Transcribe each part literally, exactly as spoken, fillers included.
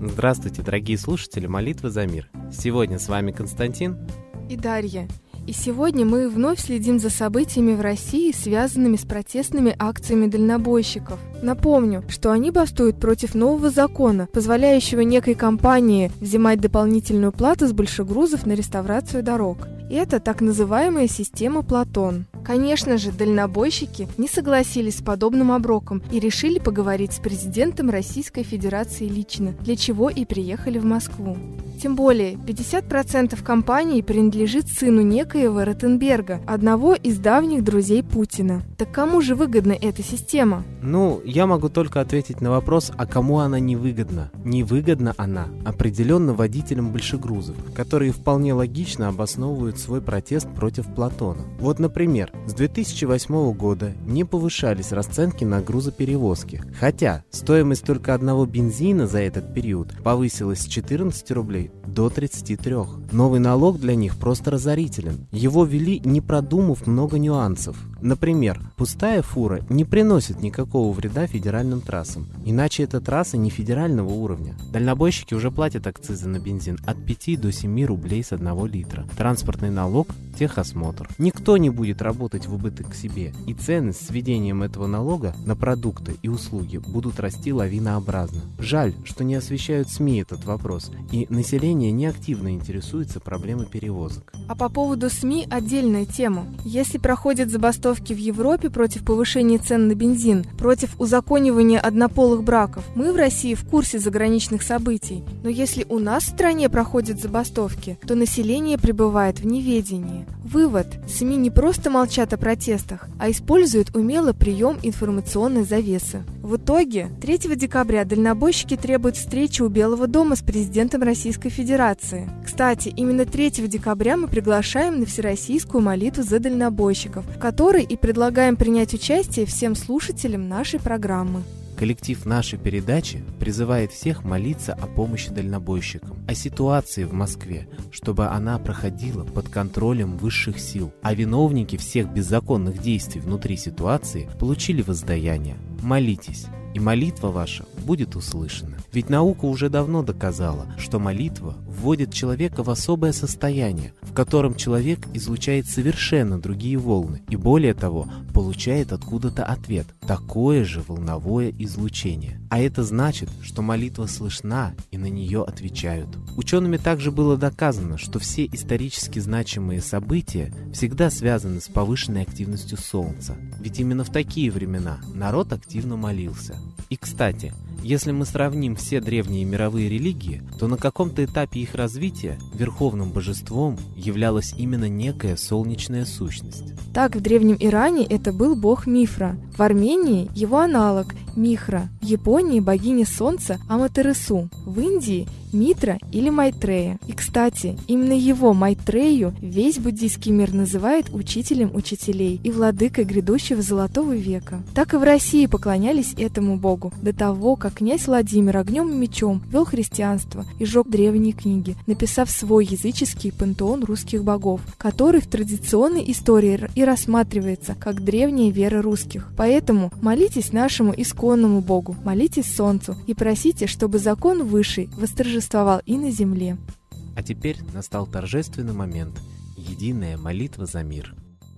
Здравствуйте, дорогие слушатели «Молитвы за мир». Сегодня с вами Константин и Дарья. И сегодня мы вновь следим за событиями в России, связанными с протестными акциями дальнобойщиков. Напомню, что они бастуют против нового закона, позволяющего некой компании взимать дополнительную плату с большегрузов на реставрацию дорог. И это так называемая система Платон. Конечно же, дальнобойщики не согласились с подобным оброком и решили поговорить с президентом Российской Федерации лично, для чего и приехали в Москву. Тем более, пятьдесят процентов компании принадлежит сыну некоего Ротенберга, одного из давних друзей Путина. Так кому же выгодна эта система? Ну, я могу только ответить на вопрос, а кому она не выгодна. Не выгодна она определенно водителям большегрузов, которые вполне логично обосновывают свой протест против Платона. Вот, например, с две тысячи восьмого года не повышались расценки на грузоперевозки, хотя стоимость только одного бензина за этот период повысилась с четырнадцати рублей до тридцати трёх. Новый налог для них просто разорителен. Его ввели, не продумав много нюансов. Например, пустая фура не приносит никакого вреда федеральным трассам, иначе это трасса не федерального уровня. Дальнобойщики уже платят акцизы на бензин от пяти до семи рублей с одного литра. Транспортный налог, техосмотр. Никто не будет работать в убыток к себе, и цены с введением этого налога на продукты и услуги будут расти лавинообразно. Жаль, что не освещают СМИ этот вопрос, и население неактивно интересуется проблемой перевозок. А по поводу СМИ отдельная тема. Если проходят забастовки в Европе против повышения цен на бензин, против узаконивания однополых браков, мы в России в курсе заграничных событий. Но если у нас в стране проходят забастовки, то население пребывает в неведении. Вывод. СМИ не просто молчат о протестах, а используют умело прием информационной завесы. В итоге, третьего декабря дальнобойщики требуют встречи у Белого дома с президентом Российской Федерации. Кстати, именно третьего декабря мы приглашаем на Всероссийскую молитву за дальнобойщиков, в которой и предлагаем принять участие всем слушателям нашей программы. Коллектив нашей передачи призывает всех молиться о помощи дальнобойщикам, о ситуации в Москве, чтобы она проходила под контролем высших сил, а виновники всех беззаконных действий внутри ситуации получили воздаяние. Молитесь, и молитва ваша будет услышана. Ведь наука уже давно доказала, что молитва вводит человека в особое состояние, в котором человек излучает совершенно другие волны и, более того, получает откуда-то ответ, такое же волновое излучение. А это значит, что молитва слышна и на нее отвечают. Учеными также было доказано, что все исторически значимые события всегда связаны с повышенной активностью Солнца. Ведь именно в такие времена народ активно молился. И, кстати, если мы сравним все древние мировые религии, то на каком-то этапе их развития верховным божеством являлась именно некая солнечная сущность. Так, в Древнем Иране это был бог Мифра, в Армении его аналог Михра, в Японии богиня солнца Аматерасу, в Индии Митра или Майтрея. И, кстати, именно его, Майтрею, весь буддийский мир называет учителем учителей и владыкой грядущего золотого века. Так и в России поклонялись этому богу до того, как князь Владимир огнем и мечом вел христианство и жег древние книги, написав свой языческий пантеон русских богов, который в традиционной истории и рассматривается как древняя вера русских. Поэтому молитесь нашему исконному богу, молитесь солнцу и просите, чтобы закон высший восторжествовал и на земле. А теперь настал торжественный момент – единая молитва за мир.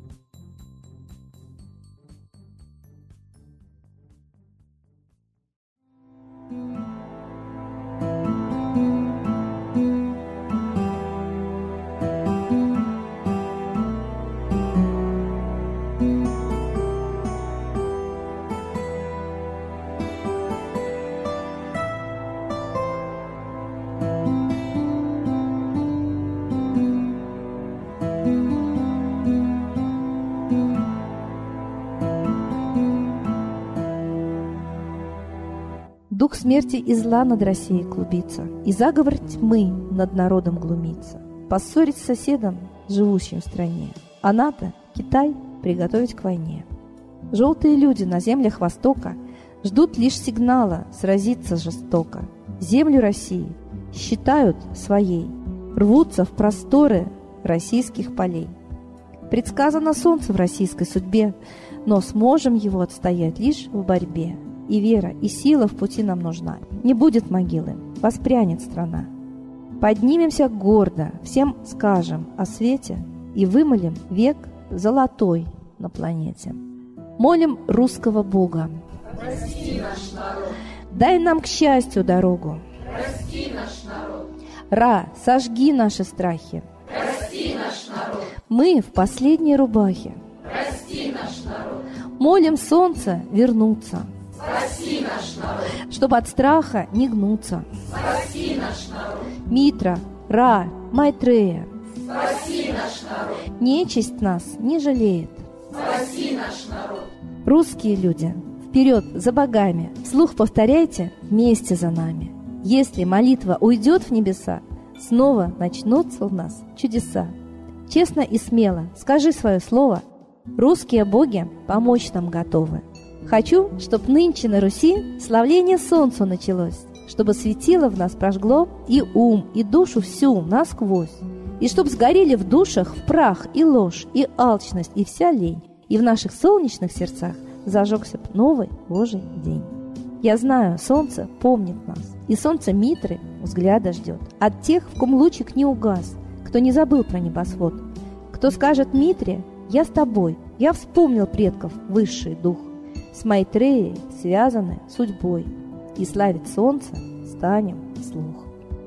Дух смерти и зла над Россией клубится, и заговор тьмы над народом глумится. Поссорить с соседом, живущим в стране, а НАТО, Китай, приготовить к войне. Желтые люди на землях Востока ждут лишь сигнала сразиться жестоко. Землю России считают своей, рвутся в просторы российских полей. Предсказано солнце в российской судьбе, но сможем его отстоять лишь в борьбе. И вера, и сила в пути нам нужна. Не будет могилы, воспрянет страна. Поднимемся гордо, всем скажем о свете и вымолим век золотой на планете. Молим русского Бога. Прости наш народ. Дай нам к счастью дорогу. Прости наш народ. Ра, сожги наши страхи. Прости наш народ. Мы в последней рубахе. Прости наш народ. Молим солнце вернуться, Спаси наш народ. чтобы от страха не гнуться. Спаси наш народ. Митра, Ра, Майтрея, Спаси наш народ. нечисть нас не жалеет. Спаси наш народ. Русские люди, вперед за богами, вслух повторяйте вместе за нами. Если молитва уйдет в небеса, снова начнутся у нас чудеса. Честно и смело скажи свое слово. Русские боги помочь нам готовы. Хочу, чтоб нынче на Руси славление солнцу началось, чтобы светило в нас прожгло и ум, и душу всю насквозь, и чтоб сгорели в душах в прах и ложь, и алчность, и вся лень, и в наших солнечных сердцах зажегся б новый Божий день. Я знаю, солнце помнит нас, и солнце Митры взгляда ждет от тех, в ком лучик не угас, кто не забыл про небосвод, кто скажет Митре: «Я с тобой, я вспомнил предков высший дух». С Майтреей связаны судьбой, и славить солнце станем вслух.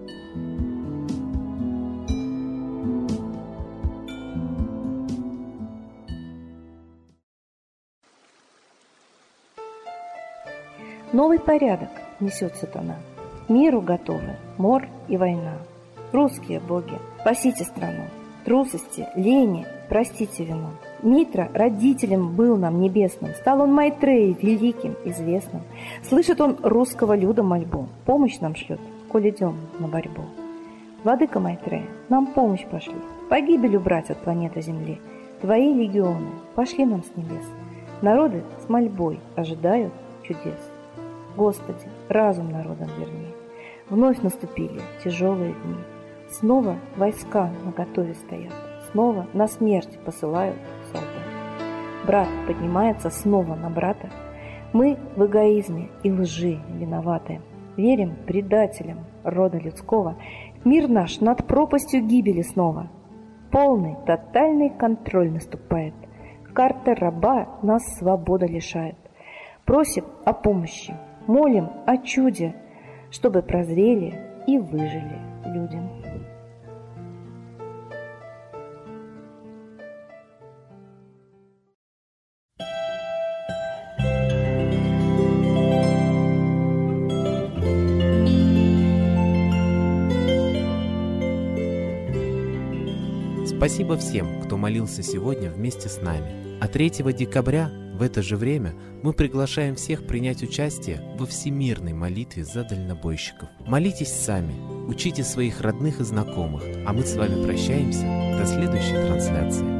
Новый порядок несет сатана. Миру готовы мор и война. Русские боги, спасите страну. Трусости, лени, простите вину. Митра родителем был нам небесным, стал он Майтреей великим, известным. Слышит он русского люда мольбу, помощь нам шлет, коль идем на борьбу. Владыка Майтрея, нам помощь пошли, погибель убрать от планеты Земли. Твои легионы пошли нам с небес, народы с мольбой ожидают чудес. Господи, разум народам верни, вновь наступили тяжелые дни. Снова войска наготове стоят, снова на смерть посылают солдат. Брат поднимается снова на брата. Мы в эгоизме и лжи виноваты. Верим предателям рода людского. Мир наш над пропастью гибели снова. Полный, тотальный контроль наступает. Карта раба нас свобода лишает. Просим о помощи, молим о чуде, чтобы прозрели и выжили люди. Спасибо всем, кто молился сегодня вместе с нами. А третьего декабря в это же время мы приглашаем всех принять участие во всемирной молитве за дальнобойщиков. Молитесь сами, учите своих родных и знакомых, а мы с вами прощаемся до следующей трансляции.